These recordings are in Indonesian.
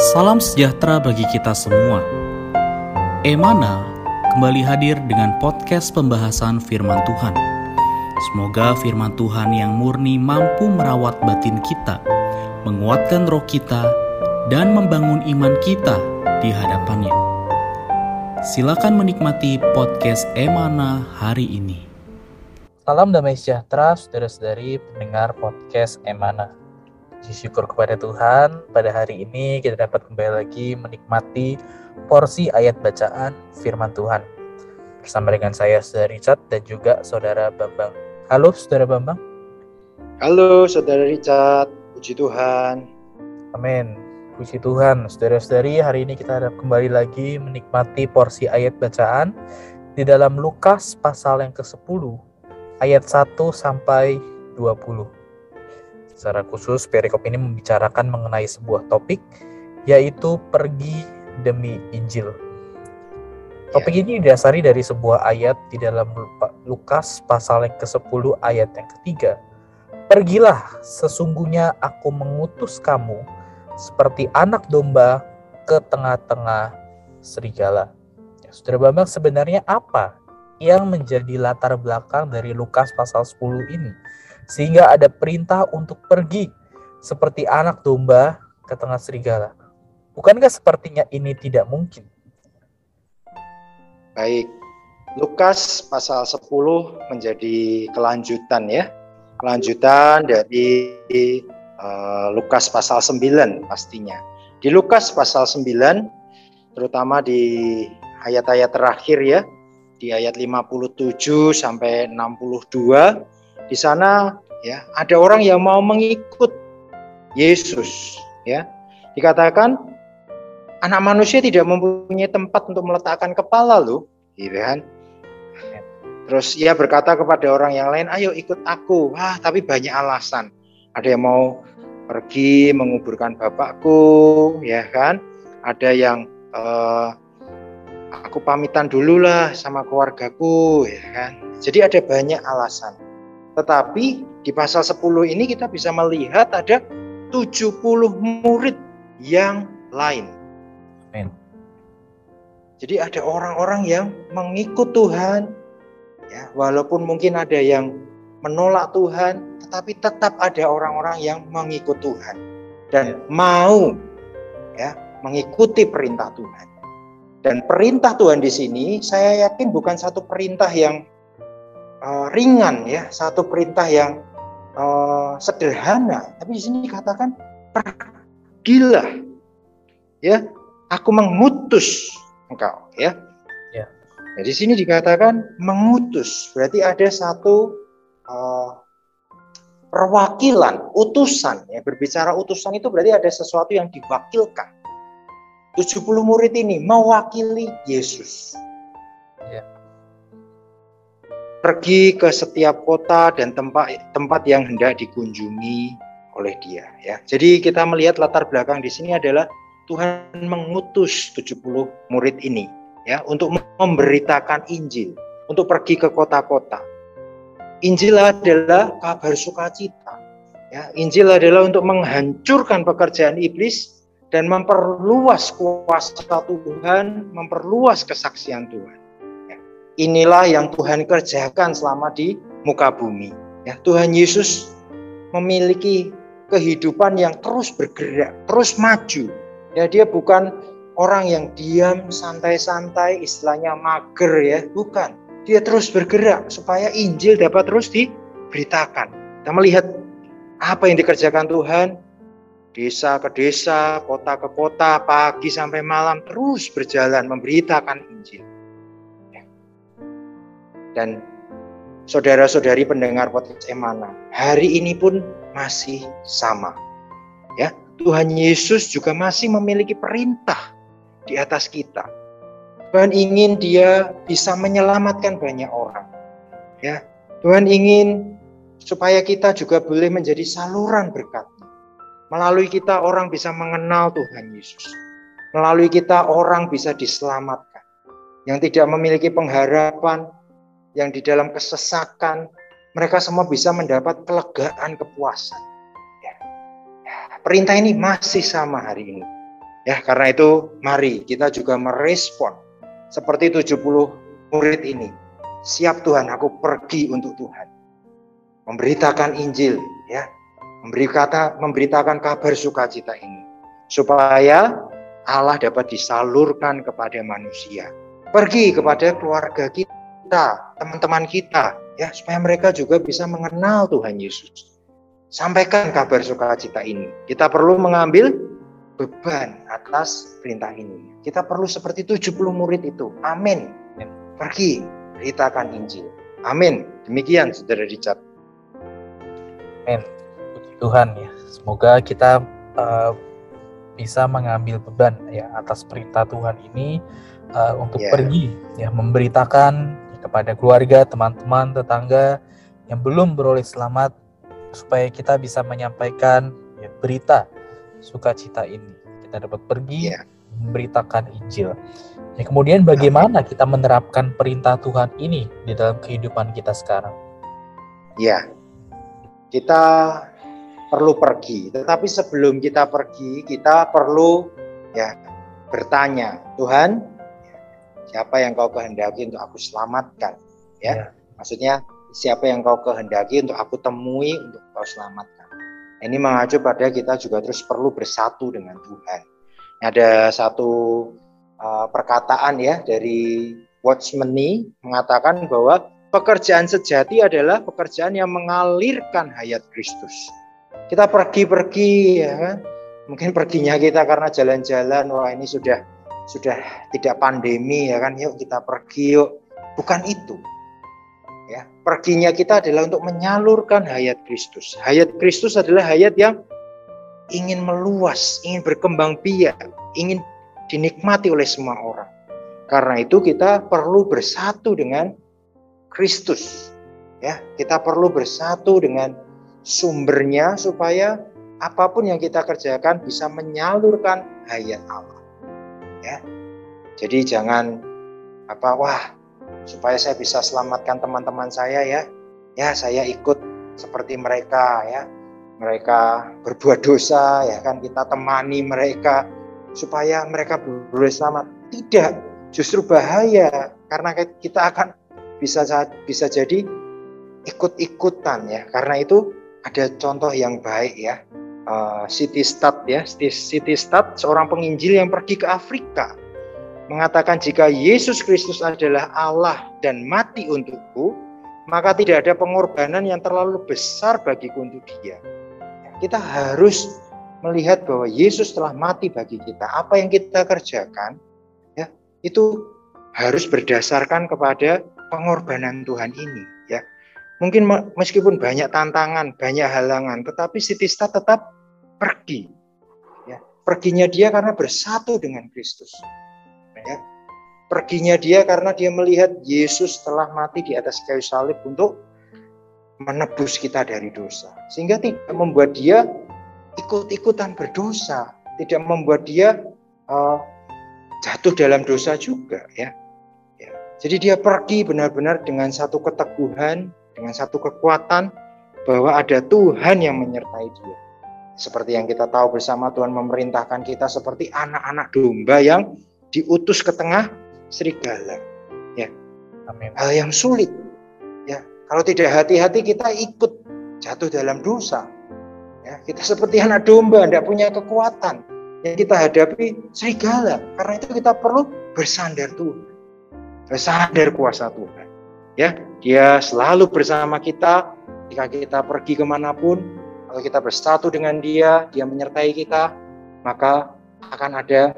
Salam sejahtera bagi kita semua. Emana kembali hadir dengan podcast pembahasan firman Tuhan. Semoga firman Tuhan yang murni mampu merawat batin kita, menguatkan roh kita, dan membangun iman kita di hadapannya. Silakan menikmati podcast Emana hari ini. Salam damai sejahtera saudara-saudari pendengar podcast Emana. Puji syukur kepada Tuhan, pada hari ini kita dapat kembali lagi menikmati porsi ayat bacaan firman Tuhan. Bersama dengan saya, Saudara Richard, dan juga Saudara Bambang. Halo Saudara Bambang. Halo Saudara Richard, puji Tuhan. Amin, puji Tuhan. Saudara-saudari, hari ini kita dapat kembali lagi menikmati porsi ayat bacaan di dalam Lukas pasal yang ke-10, ayat 1 sampai 20. Secara khusus, perikop ini membicarakan mengenai sebuah topik, yaitu pergi demi Injil. Topik ini didasari dari sebuah ayat di dalam Lukas pasal yang ke-10 ayat yang ketiga. Pergilah, sesungguhnya aku mengutus kamu seperti anak domba ke tengah-tengah serigala. Ya, Saudara Bambang, sebenarnya apa yang menjadi latar belakang dari Lukas pasal 10 ini? Sehingga ada perintah untuk pergi seperti anak domba ke tengah serigala. Bukankah sepertinya ini tidak mungkin? Baik, Lukas pasal 10 menjadi kelanjutan ya. Kelanjutan dari Lukas pasal 9 pastinya. Di Lukas pasal 9, terutama di ayat-ayat terakhir ya, di ayat 57 sampai 62, di sana ya ada orang yang mau mengikut Yesus ya. Dikatakan anak manusia tidak mempunyai tempat untuk meletakkan kepala loh, gitu kan. Terus ia berkata kepada orang yang lain, ayo ikut aku. Wah, tapi banyak alasan. Ada yang mau pergi menguburkan bapakku, ya kan. Ada yang aku pamitan dulu lah sama keluargaku, ya kan. Jadi ada banyak alasan. Tetapi di pasal 10 ini kita bisa melihat ada 70 murid yang lain. Amin. Jadi ada orang-orang yang mengikut Tuhan, ya, walaupun mungkin ada yang menolak Tuhan, tetapi tetap ada orang-orang yang mengikut Tuhan dan mau ya mengikuti perintah Tuhan. Dan perintah Tuhan di sini saya yakin bukan satu perintah yang ringan ya, satu perintah yang sederhana, tapi di sini dikatakan pergilah, ya, aku mengutus engkau, ya. Ya. Nah, di sini dikatakan mengutus, berarti ada satu perwakilan, utusan, ya. Berbicara utusan itu berarti ada sesuatu yang diwakilkan. 70 murid ini mewakili Yesus. Ya. Pergi ke setiap kota dan tempat yang hendak dikunjungi oleh dia ya. Jadi kita melihat latar belakang di sini adalah Tuhan mengutus 70 murid ini ya untuk memberitakan Injil, untuk pergi ke kota-kota. Injil adalah kabar sukacita. Ya, Injil adalah untuk menghancurkan pekerjaan iblis dan memperluas kuasa Tuhan, memperluas kesaksian Tuhan. Inilah yang Tuhan kerjakan selama di muka bumi. Ya, Tuhan Yesus memiliki kehidupan yang terus bergerak, terus maju. Ya, dia bukan orang yang diam, santai-santai, istilahnya mager ya, bukan. Dia terus bergerak supaya Injil dapat terus diberitakan. Kita melihat apa yang dikerjakan Tuhan, desa ke desa, kota ke kota, pagi sampai malam terus berjalan memberitakan Injil. Dan saudara-saudari pendengar podcast Emana, hari ini pun masih sama. Ya, Tuhan Yesus juga masih memiliki perintah di atas kita. Tuhan ingin dia bisa menyelamatkan banyak orang. Ya, Tuhan ingin supaya kita juga boleh menjadi saluran berkat-Nya. Melalui kita orang bisa mengenal Tuhan Yesus. Melalui kita orang bisa diselamatkan. Yang tidak memiliki pengharapan, yang di dalam kesesakan, mereka semua bisa mendapat kelegaan, kepuasan. Ya. Perintah ini masih sama hari ini. Ya, karena itu mari kita juga merespon seperti 70 murid ini. Siap Tuhan, aku pergi untuk Tuhan. Memberitakan Injil, ya. Memberitakan kabar sukacita ini. Supaya Allah dapat disalurkan kepada manusia. Pergi kepada keluarga kita, teman-teman kita, ya, supaya mereka juga bisa mengenal Tuhan Yesus. Sampaikan kabar sukacita ini. Kita perlu mengambil beban atas perintah ini. Kita perlu seperti 70 murid itu. Amin. Pergi, beritakan Injil. Amin. Demikian Saudara Richard. Amin. Puji Tuhan ya. Semoga kita bisa mengambil beban ya atas perintah Tuhan ini untuk pergi ya, memberitakan kepada keluarga, teman-teman, tetangga yang belum beroleh selamat, supaya kita bisa menyampaikan ya, berita sukacita ini. Kita dapat pergi memberitakan Injil. Ya, kemudian bagaimana kita menerapkan perintah Tuhan ini di dalam kehidupan kita sekarang? Ya, kita perlu pergi. Tetapi sebelum kita pergi, kita perlu ya bertanya, Tuhan, siapa yang kau kehendaki untuk aku selamatkan? Ya, maksudnya siapa yang kau kehendaki untuk aku temui untuk kau selamatkan? Ini mengacu pada kita juga terus perlu bersatu dengan Tuhan. Ada satu perkataan ya dari Watchman Nee mengatakan bahwa pekerjaan sejati adalah pekerjaan yang mengalirkan hayat Kristus. Kita pergi-pergi ya kan? Mungkin perginya kita karena jalan-jalan, wah ini sudah tidak pandemi ya kan, yuk kita pergi yuk. Bukan itu. Ya, perginya kita adalah untuk menyalurkan hayat Kristus. Hayat Kristus adalah hayat yang ingin meluas, ingin berkembang biak, ingin dinikmati oleh semua orang. Karena itu kita perlu bersatu dengan Kristus. Ya, kita perlu bersatu dengan sumbernya supaya apapun yang kita kerjakan bisa menyalurkan hayat Allah. Ya. Jadi jangan supaya saya bisa selamatkan teman-teman saya ya saya ikut seperti mereka ya, mereka berbuat dosa ya kan, kita temani mereka supaya mereka boleh selamat. Tidak, justru bahaya karena kita akan bisa jadi ikut-ikutan ya. Karena itu ada contoh yang baik ya, Siti Stad seorang penginjil yang pergi ke Afrika. Mengatakan jika Yesus Kristus adalah Allah dan mati untukku, maka tidak ada pengorbanan yang terlalu besar bagiku untuk dia. Kita harus melihat bahwa Yesus telah mati bagi kita. Apa yang kita kerjakan, ya, itu harus berdasarkan kepada pengorbanan Tuhan ini. Ya, mungkin meskipun banyak tantangan, banyak halangan, tetapi Siti Stad tetap pergi. Ya, perginya dia karena bersatu dengan Kristus. Ya, perginya dia karena dia melihat Yesus telah mati di atas kayu salib untuk menebus kita dari dosa. Sehingga tidak membuat dia ikut-ikutan berdosa, tidak membuat dia jatuh dalam dosa juga. Ya. Jadi dia pergi benar-benar dengan satu keteguhan, dengan satu kekuatan bahwa ada Tuhan yang menyertai dia. Seperti yang kita tahu bersama, Tuhan memerintahkan kita seperti anak-anak domba yang diutus ke tengah serigala. Ya. Amin. Hal yang sulit. Ya, kalau tidak hati-hati kita ikut jatuh dalam dosa. Ya, kita seperti anak domba, tidak punya kekuatan. Yang kita hadapi serigala. Karena itu kita perlu bersandar Tuhan. Bersandar kuasa Tuhan. Ya, dia selalu bersama kita ketika kita pergi kemanapun. Kalau kita bersatu dengan dia menyertai kita, maka akan ada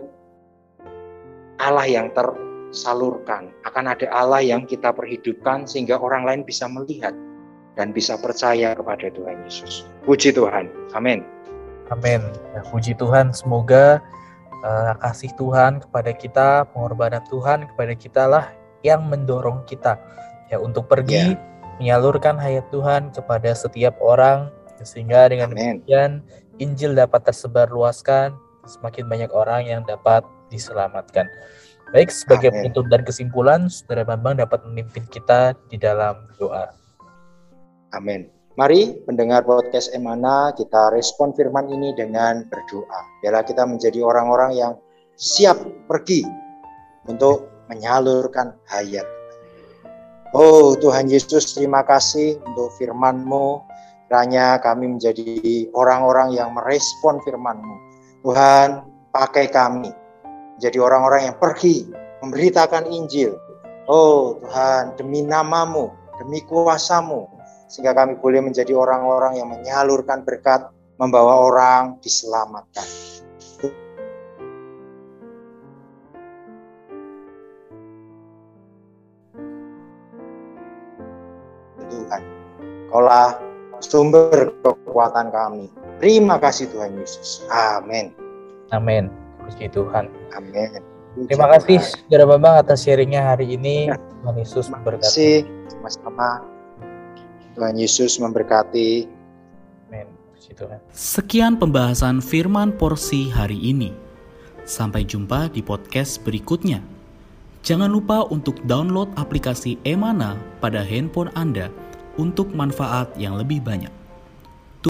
Allah yang tersalurkan, akan ada Allah yang kita perhidupkan sehingga orang lain bisa melihat dan bisa percaya kepada Tuhan Yesus. Puji Tuhan. Amin. Amin. Ya, puji Tuhan, semoga kasih Tuhan kepada kita, pengorbanan Tuhan kepada kita lah yang mendorong kita ya untuk pergi menyalurkan hayat Tuhan kepada setiap orang, sehingga dengan demikian Injil dapat tersebar luaskan, semakin banyak orang yang dapat diselamatkan. Baik, sebagai penutup dan kesimpulan, Saudara Bambang dapat memimpin kita di dalam doa. Amin. Mari pendengar podcast Emana, kita respon firman ini dengan berdoa. Biarlah kita menjadi orang-orang yang siap pergi untuk menyalurkan hayat. Oh Tuhan Yesus, terima kasih untuk firman-Mu. Kiranya kami menjadi orang-orang yang merespon firman-Mu. Tuhan, pakai kami menjadi orang-orang yang pergi memberitakan Injil. Oh Tuhan, demi nama-Mu, demi kuasa-Mu, sehingga kami boleh menjadi orang-orang yang menyalurkan berkat, membawa orang diselamatkan. Tuhan, Kaulah sumber kekuatan kami. Terima kasih Tuhan Yesus. Amin. Amin. Puji Tuhan. Amin. Terima kasih Saudara Bambang atas sharingnya hari ini. Tuhan Yesus Terima memberkati. kasih. Sama-sama. Tuhan Yesus memberkati. Amin. Puji Tuhan. Sekian pembahasan firman porsi hari ini. Sampai jumpa di podcast berikutnya. Jangan lupa untuk download aplikasi Emana pada handphone Anda untuk manfaat yang lebih banyak.